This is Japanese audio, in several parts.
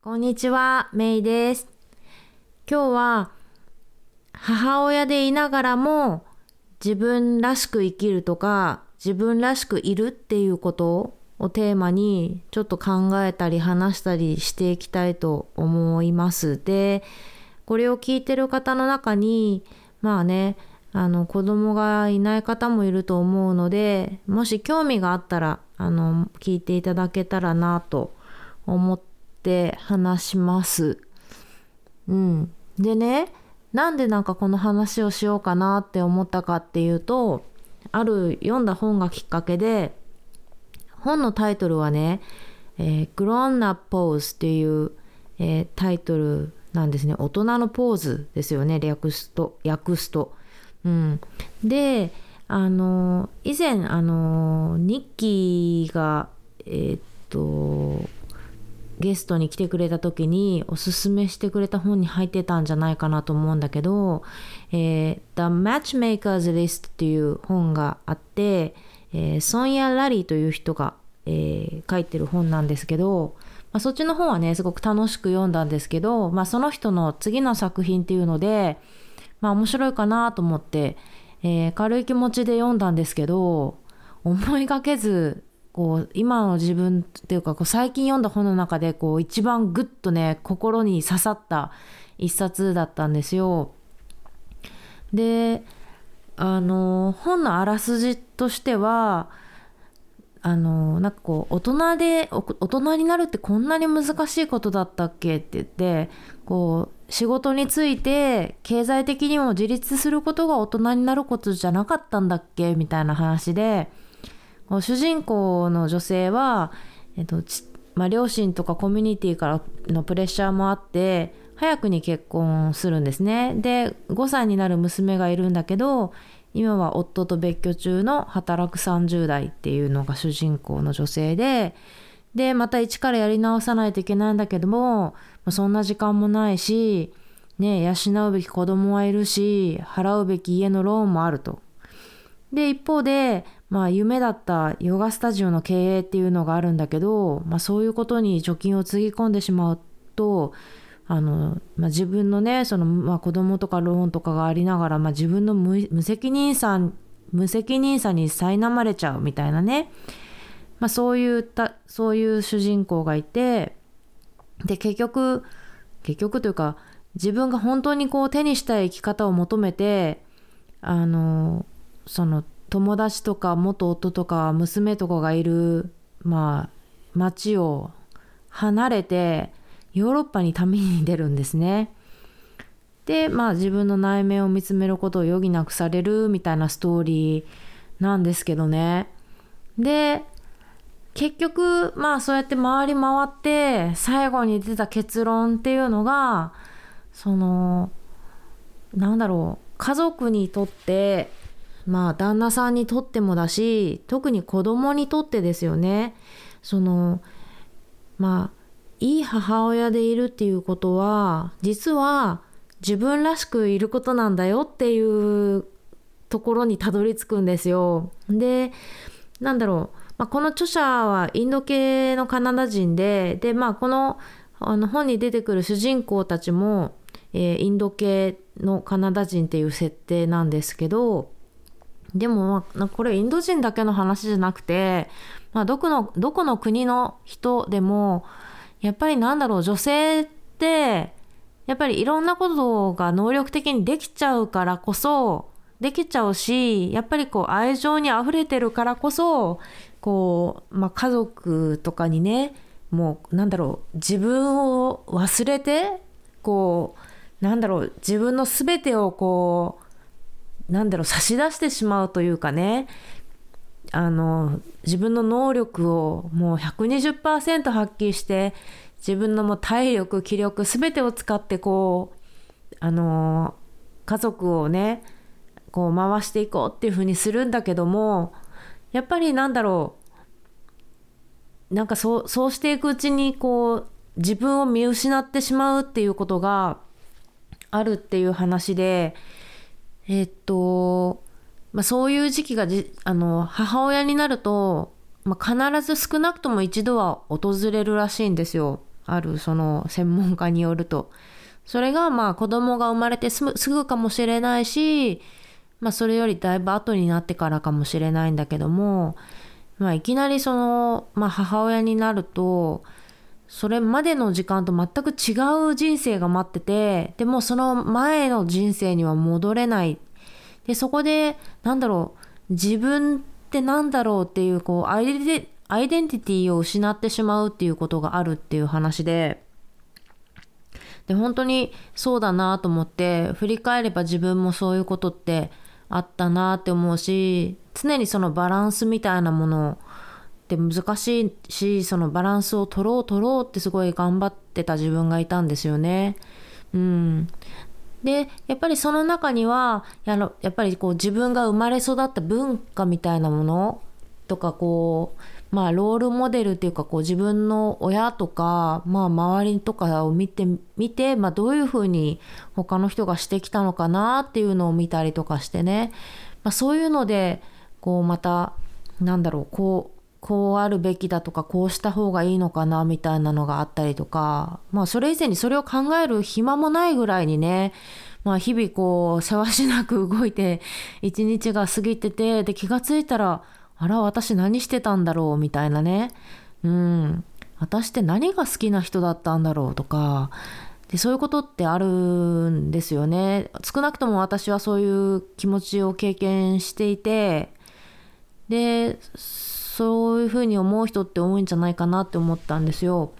こんにちは、メイです。今日は母親でいながらも自分らしく生きるとか自分らしくいるっていうことをテーマにちょっと考えたり話したりしていきたいと思います。で、これを聞いてる方の中に子供がいない方もいると思うので、もし興味があったら聞いていただけたらなと思って話します。でね、なんでこの話をしようかなって思ったかっていうと、ある読んだ本がきっかけで、本のタイトルはね、Grown Up Pose っていう、タイトルなんですね。大人のポーズですよね、訳すと。で、以前ニッキーがゲストに来てくれた時におすすめしてくれた本に入ってたんじゃないかなと思うんだけど、The Matchmaker's List っていう本があって、ソンヤ・ラリーという人が、書いてる本なんですけど、そっちの本はねすごく楽しく読んだんですけど、その人の次の作品っていうので、面白いかなと思って、軽い気持ちで読んだんですけど、思いがけず今の自分っていうか最近読んだ本の中で一番グッとね心に刺さった一冊だったんですよ。で、本のあらすじとしては大人になるってこんなに難しいことだったっけって言って、仕事について経済的にも自立することが大人になることじゃなかったんだっけみたいな話で、主人公の女性は、両親とかコミュニティからのプレッシャーもあって早くに結婚するんですね。で、5歳になる娘がいるんだけど、今は夫と別居中の働く30代っていうのが主人公の女性で、また一からやり直さないといけないんだけども、そんな時間もないし、ね、養うべき子供はいるし、払うべき家のローンもあると。で、一方で、夢だったヨガスタジオの経営っていうのがあるんだけど、そういうことに貯金をつぎ込んでしまうと、自分のね子供とかローンとかがありながら、自分の無責任さに苛まれちゃうみたいなね、そういう主人公がいて、で結局というか、自分が本当に手にしたい生き方を求めてその友達とか元夫とか娘とかがいる町を離れてヨーロッパに旅に出るんですね。で、自分の内面を見つめることを余儀なくされるみたいなストーリーなんですけどね。で、結局そうやって回り回って最後に出た結論っていうのが、家族にとって、旦那さんにとってもだし、特に子供にとってですよね。いい母親でいるっていうことは、実は自分らしくいることなんだよっていうところにたどり着くんですよ。で、この著者はインド系のカナダ人で、この本に出てくる主人公たちも、インド系のカナダ人っていう設定なんですけど、でもこれインド人だけの話じゃなくて、どこの国の人でもやっぱり女性ってやっぱりいろんなことが能力的にできちゃうからこそ、できちゃうし、やっぱり愛情にあふれてるからこそ家族とかにね、自分を忘れて自分の全てを差し出してしまうというかね、自分の能力をもう 120% 発揮して、自分のもう体力気力全てを使って家族をね回していこうっていう風にするんだけども、やっぱりそうしていくうちに自分を見失ってしまうっていうことがあるっていう話で、そういう時期が母親になると、必ず少なくとも一度は訪れるらしいんですよ。 あるその専門家によると。それがまあ子供が生まれてすぐかもしれないし、まあそれよりだいぶ後になってからかもしれないんだけども、まあいきなりその、まあ母親になると、それまでの時間と全く違う人生が待ってて、でもその前の人生には戻れない。で、そこで、自分ってなんだろうっていう、こう、アイデンティティを失ってしまうっていうことがあるっていう話で、で、本当にそうだなと思って、振り返れば自分もそういうことってあったなって思うし、常にそのバランスみたいなものって難しいし、そのバランスを取ろうってすごい頑張ってた自分がいたんですよね。で、やっぱりその中には、やっぱりこう自分が生まれ育った文化みたいなものとか、こう、まあロールモデルっていうか、こう自分の親とか、まあ周りとかを見て、まあどういうふうに他の人がしてきたのかなっていうのを見たりとかしてね。まあそういうので、こうまた、こうあるべきだとか、こうした方がいいのかなみたいなのがあったりとか、まあそれ以前にそれを考える暇もないぐらいにね、まあ日々こう、せわしなく動いて、一日が過ぎてて、で気がついたら、あら、私何してたんだろうみたいなね。私って何が好きな人だったんだろうとか、でそういうことってあるんですよね。少なくとも私はそういう気持ちを経験していて、で、そういうふうに思う人って多いんじゃないかなって思ったんですよ。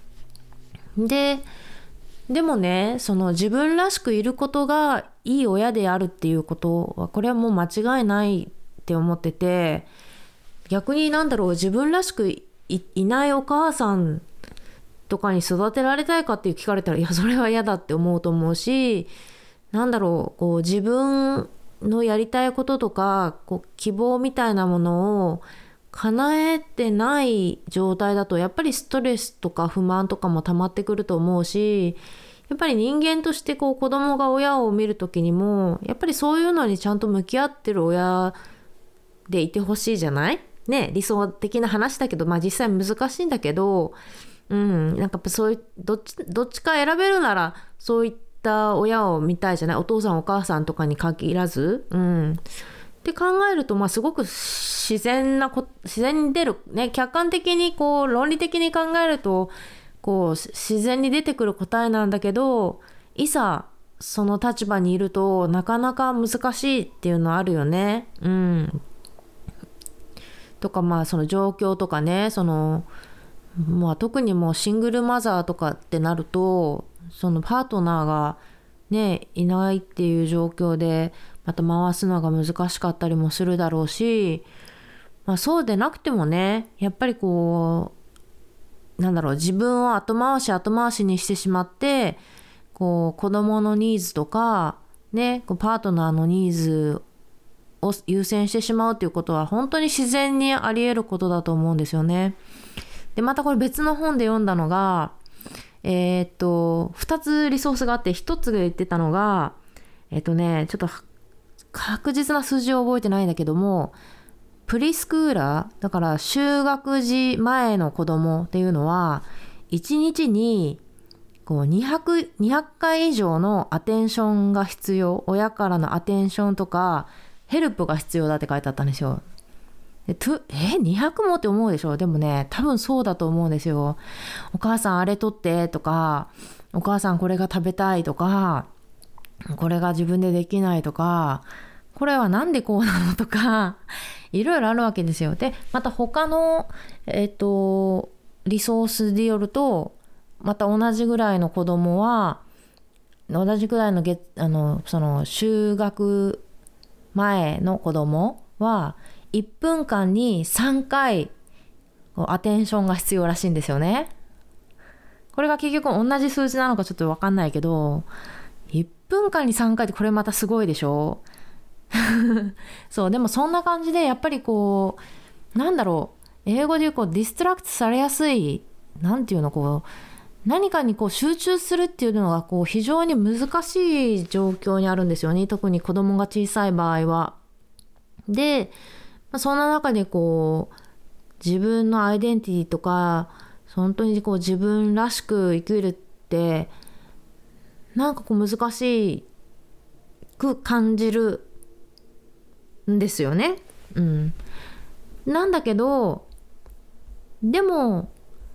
でもね、その自分らしくいることがいい親であるっていうことは、これはもう間違いないって思ってて、逆に自分らしく いないお母さんとかに育てられたいかって聞かれたら、いや、それは嫌だって思うと思うし、こう自分のやりたいこととか、こう希望みたいなものを叶えてない状態だと、やっぱりストレスとか不満とかも溜まってくると思うし、やっぱり人間としてこう子供が親を見るときにも、やっぱりそういうのにちゃんと向き合ってる親でいてほしいじゃないね。理想的な話だけど、まあ実際難しいんだけど、そういうどっちか選べるなら、そういった親を見たいじゃない。お父さんお母さんとかに限らず、って考えると、まあすごく自然に出るね、客観的にこう論理的に考えるとこう自然に出てくる答えなんだけど、いざその立場にいるとなかなか難しいっていうのあるよね。とか、まあその状況とかね、まあ特にもうシングルマザーとかってなると、そのパートナーがねいないっていう状況でまた回すのが難しかったりもするだろうし、まあそうでなくてもね、やっぱりこう自分を後回しにしてしまって、こう子供のニーズとかね、こうパートナーのニーズを優先してしまうっていうことは本当に自然にあり得ることだと思うんですよね。でまたこれ別の本で読んだのが、2つリソースがあって、1つが言ってたのがちょっと確実な数字を覚えてないんだけども、プリスクーラーだから就学時前の子供っていうのは1日にこう200回以上のアテンションが必要、親からのアテンションとかヘルプが必要だって書いてあったんですよ。で200もって思うでしょ。でもね、多分そうだと思うんですよ。お母さんあれ取ってとか、お母さんこれが食べたいとか、これが自分でできないとか、これはなんでこうなのとか、いろいろあるわけですよ。でまた他のリソースでよると、また同じぐらいの子供は、同じぐらいのその就学前の子供は1分間に3回アテンションが必要らしいんですよね。これが結局同じ数字なのかちょっと分かんないけど、1分間に3回ってこれまたすごいでしょそう、でもそんな感じで、やっぱりこう英語で言うディストラクトされやすい、何かにこう集中するっていうのがこう非常に難しい状況にあるんですよね。特に子供が小さい場合は。で、そんな中でこう自分のアイデンティティとか本当にこう自分らしく生きるってなんかこう難しく感じるんですよね。なんだけどでも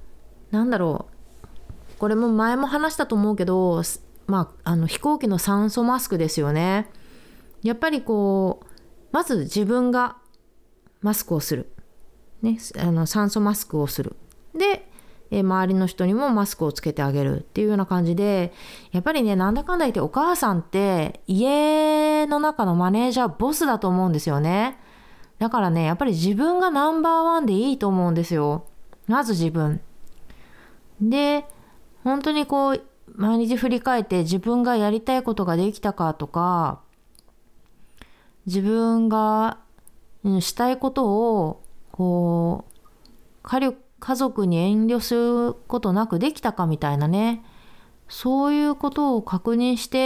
これも前も話したと思うけど、飛行機の酸素マスクですよね。やっぱりこうまず自分がマスクをする、ね、酸素マスクをする。で周りの人にもマスクをつけてあげるっていうような感じで、やっぱりね、なんだかんだ言ってお母さんって家の中のマネージャーボスだと思うんですよね。だからね、やっぱり自分がナンバーワンでいいと思うんですよ。まず自分で、本当にこう毎日振り返って自分がやりたいことができたかとか、自分がしたいことをこう家族に遠慮することなくできたかみたいなね、そういうことを確認して、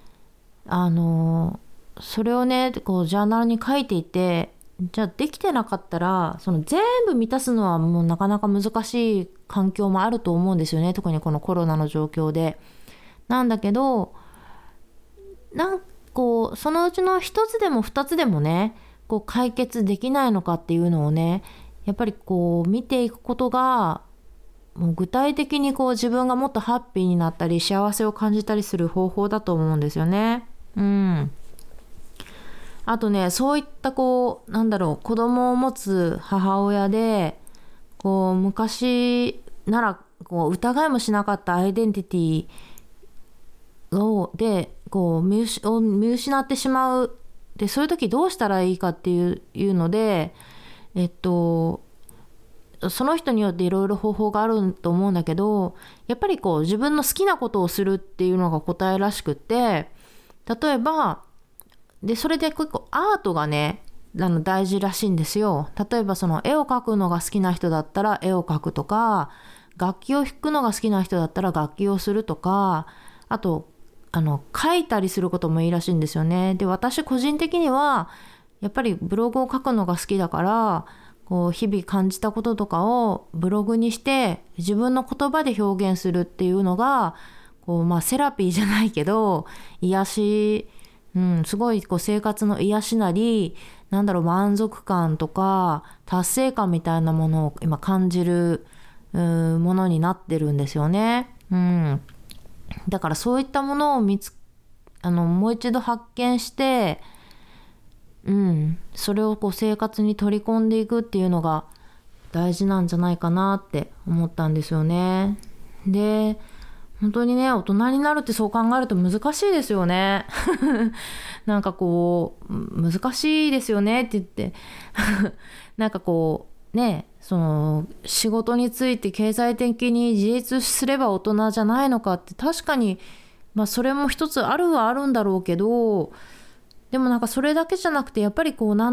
それをねこうジャーナルに書いていて、じゃあできてなかったらその全部満たすのはもうなかなか難しい環境もあると思うんですよね。特にこのコロナの状況で。なんだけどそのうちの一つでも二つでもねこう解決できないのかっていうのをね、やっぱりこう見ていくことがもう具体的にこう自分がもっとハッピーになったり幸せを感じたりする方法だと思うんですよね。あとね、そういった子供を持つ母親でこう昔ならこう疑いもしなかったアイデンティティでこう見失ってしまう。でそういう時どうしたらいいかっていうので、その人によっていろいろ方法があると思うんだけど、やっぱりこう自分の好きなことをするっていうのが答えらしくって、例えばそれで結構アートがね大事らしいんですよ。例えばその絵を描くのが好きな人だったら絵を描くとか、楽器を弾くのが好きな人だったら楽器をするとか、あと書いたりすることもいいらしいんですよね。で、私個人的にはやっぱりブログを書くのが好きだから、こう日々感じたこととかをブログにして自分の言葉で表現するっていうのがこうセラピーじゃないけど癒し、すごいこう生活の癒しなり満足感とか達成感みたいなものを今感じるものになってるんですよね。だからそういったものをもう一度発見して、それをこう生活に取り込んでいくっていうのが大事なんじゃないかなって思ったんですよね。で、本当にね、大人になるってそう考えると難しいですよね。難しいですよねって言ってその仕事について経済的に自立すれば大人じゃないのかって、確かにそれも一つあるはあるんだろうけど、でもそれだけじゃなくて、やっぱりこう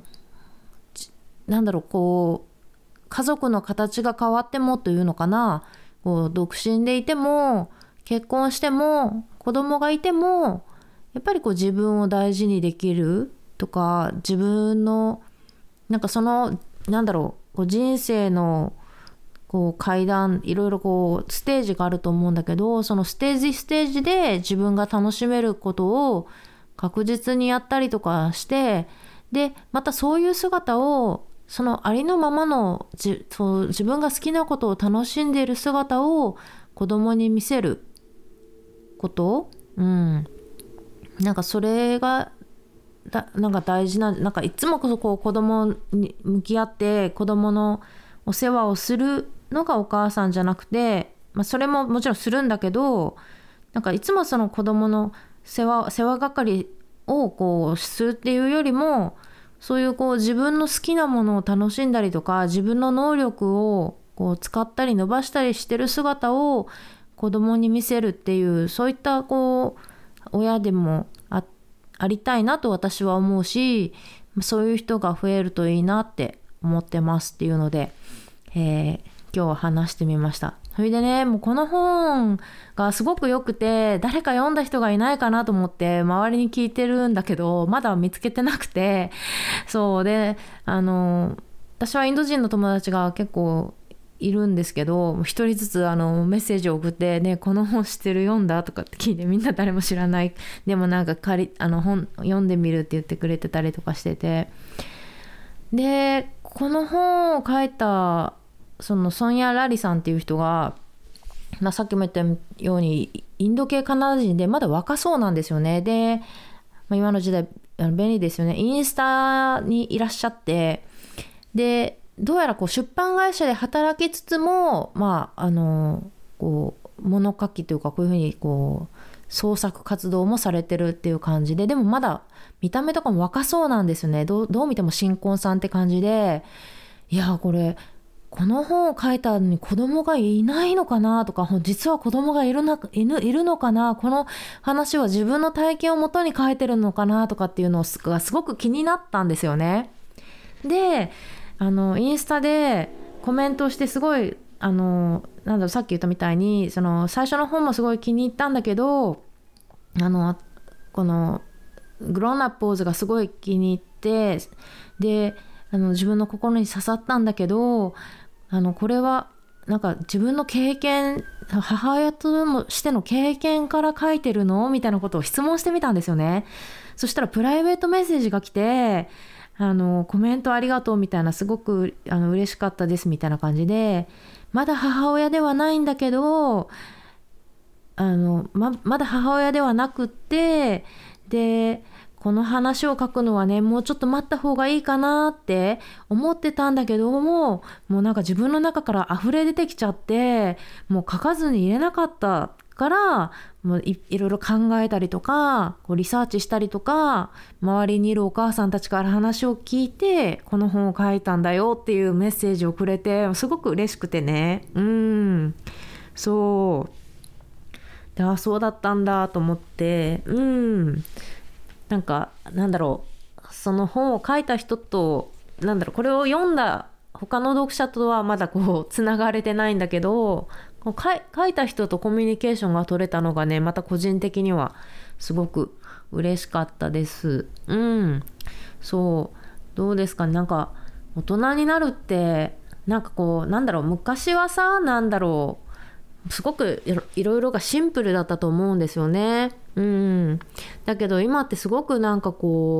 家族の形が変わってもというのかな、こう独身でいても結婚しても子供がいてもやっぱりこう自分を大事にできるとか、自分のそのこう人生のこう階段、いろいろこうステージがあると思うんだけど、そのステージで自分が楽しめることを確実にやったりとかして、でまたそういう姿をそのありのままの自分が好きなことを楽しんでいる姿を子供に見せること、それが大事な、いつもこう子供に向き合って子供のお世話をするのがお母さんじゃなくて、それももちろんするんだけど、いつもその子供の世話係をこうするっていうよりも、そういうこう自分の好きなものを楽しんだりとか、自分の能力をこう使ったり伸ばしたりしてる姿を子供に見せるっていう、そういったこう親でもありたいなと私は思うし、そういう人が増えるといいなって思ってますっていうので、今日は話してみました。それでね、もうこの本がすごく良くて、誰か読んだ人がいないかなと思って周りに聞いてるんだけど、まだ見つけてなくて、そうで私はインド人の友達が結構いるんですけど、一人ずつメッセージを送ってね、この本知ってる、読んだとかって聞いて、みんな誰も知らない、でもなんか本読んでみるって言ってくれてたりとかしてて、でこの本を書いたそのソンヤ・ラリさんっていう人が、さっきも言ったようにインド系カナダ人でまだ若そうなんですよね。で、今の時代便利ですよね。インスタにいらっしゃって、でどうやら出版会社で働きつつも、物書きというか、こういうふうに創作活動もされてるっていう感じで、でもまだ見た目とかも若そうなんですよね。どう見ても新婚さんって感じで、いやこの本を書いたのに子供がいないのかなとか、実は子供がいるのかな、この話は自分の体験をもとに書いてるのかなとかっていうのがすごく気になったんですよね。でインスタでコメントして、すごいさっき言ったみたいに、その最初の本もすごい気に入ったんだけど、このグローンアップポーズがすごい気に入って、で自分の心に刺さったんだけど、これはなんか自分の経験、母親としての経験から書いてるのみたいなことを質問してみたんですよね。そしたらプライベートメッセージが来て、コメントありがとうみたいな、すごく嬉しかったですみたいな感じで、まだ母親ではないんだけど、まだ母親ではなくって、でこの話を書くのはね、もうちょっと待った方がいいかなって思ってたんだけども、もうなんか自分の中から溢れ出てきちゃって、もう書かずにいれなかったから、もういろいろ考えたりとか、リサーチしたりとか、周りにいるお母さんたちから話を聞いて、この本を書いたんだよっていうメッセージをくれて、すごく嬉しくてね。そうで、そうだったんだと思って、その本を書いた人と、これを読んだ他の読者とはまだつながれてないんだけど、書いた人とコミュニケーションが取れたのがね、また個人的にはすごく嬉しかったです。そうどうですかね。大人になるって、昔はさ、すごくいろいろがシンプルだったと思うんですよね。だけど今ってすごく難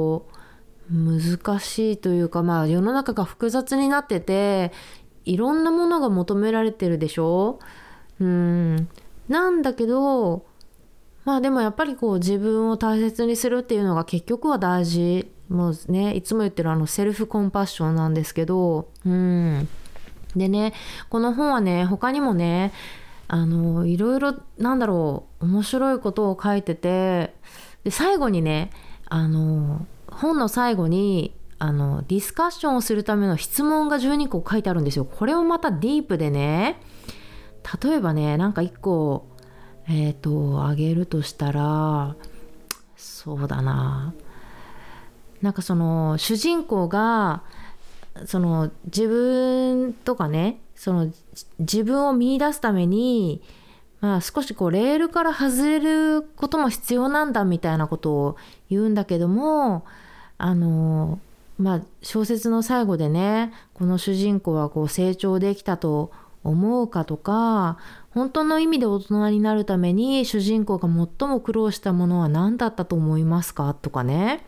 しいというか、世の中が複雑になってて、いろんなものが求められてるでしょ。なんだけど、でもやっぱり自分を大切にするっていうのが結局は大事。もうね、いつも言ってるセルフコンパッションなんですけど、でね、この本はね、他にもね、いろいろ面白いことを書いてて、で最後にね、本の最後にディスカッションをするための質問が12個書いてあるんですよ。これもまたディープでね、例えばね、1個あげるとしたら、そうだな、その主人公がその自分とかね、その自分を見出すために、少しレールから外れることも必要なんだみたいなことを言うんだけども、小説の最後でね、この主人公は成長できたと思うかとか、本当の意味で大人になるために主人公が最も苦労したものは何だったと思いますかとかね。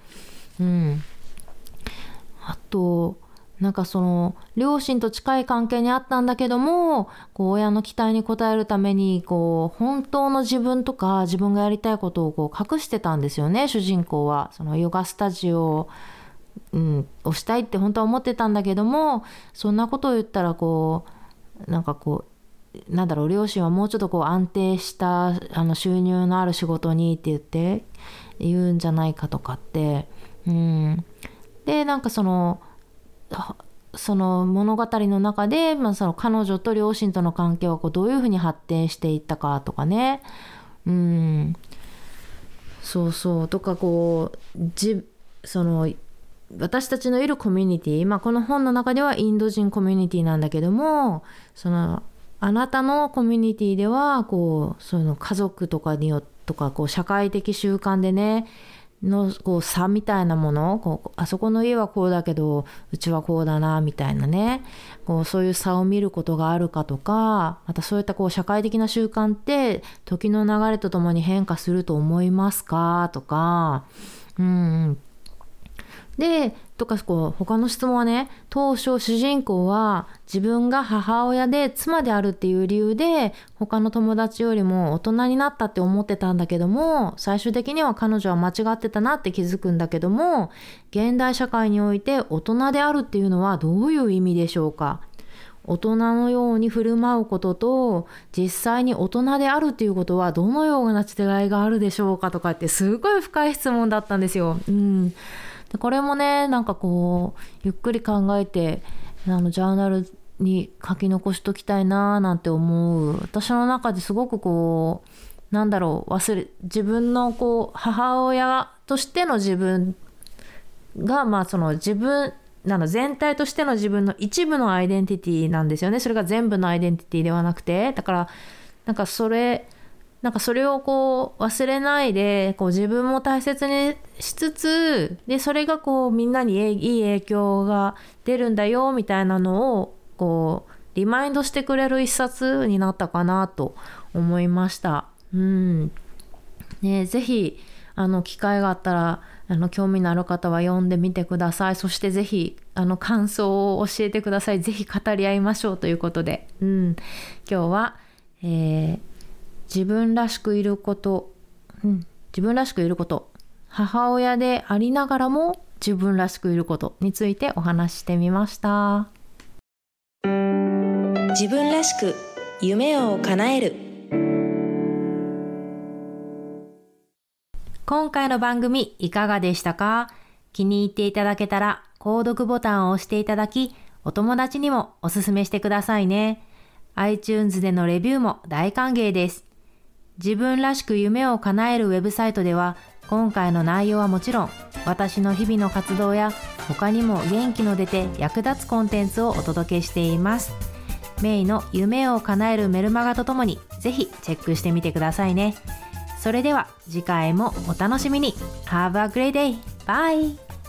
あとその両親と近い関係にあったんだけども、親の期待に応えるために本当の自分とか自分がやりたいことを隠してたんですよね、主人公は。そのヨガスタジオをしたいって本当は思ってたんだけども、そんなことを言ったら両親はもうちょっと安定した収入のある仕事にって言うんじゃないかとかって、でその物語の中で、その彼女と両親との関係はどういうふうに発展していったかとかね、とかその私たちのいるコミュニティ、この本の中ではインド人コミュニティなんだけども、そのあなたのコミュニティではその家族とかによとか社会的習慣でね、 のこう差みたいなもの、こうあそこの家はこうだけどうちはこうだなみたいなね、こうそういう差を見ることがあるかとか、またそういったこう社会的な習慣って時の流れとともに変化すると思いますかとか、でとかこう他の質問はね、当初主人公は自分が母親で妻であるっていう理由で他の友達よりも大人になったって思ってたんだけども、最終的には彼女は間違ってたなって気づくんだけども、現代社会において大人であるっていうのはどういう意味でしょうか。大人のように振る舞うことと実際に大人であるっていうことはどのような違いがあるでしょうかとかって、すごい深い質問だったんですよ。でこれもね、なんかこうゆっくり考えてジャーナルに書き残しときたいななんて思う。私の中ですごくこう自分のこう母親としての自分がその自分全体としての自分の一部のアイデンティティなんですよね。それが全部のアイデンティティではなくて、だからそれをこう忘れないでこう自分も大切にしつつ、でそれがこうみんなにいい影響が出るんだよみたいなのをこうリマインドしてくれる一冊になったかなと思いました。ぜひ機会があったら興味のある方は読んでみてください。そしてぜひ感想を教えてください。ぜひ語り合いましょうということで、今日は、自分らしくいること、母親でありながらも自分らしくいることについてお話ししてみました。 自分らしく夢を叶える。 今回の番組いかがでしたか？気に入っていただけたら購読ボタンを押していただき、お友達にもおすすめしてくださいね。iTunes でのレビューも大歓迎です。自分らしく夢を叶えるウェブサイトでは、今回の内容はもちろん、私の日々の活動や他にも元気の出て役立つコンテンツをお届けしています。メイの夢を叶えるメルマガとともに、ぜひチェックしてみてくださいね。それでは次回もお楽しみに。Have a great day! Bye!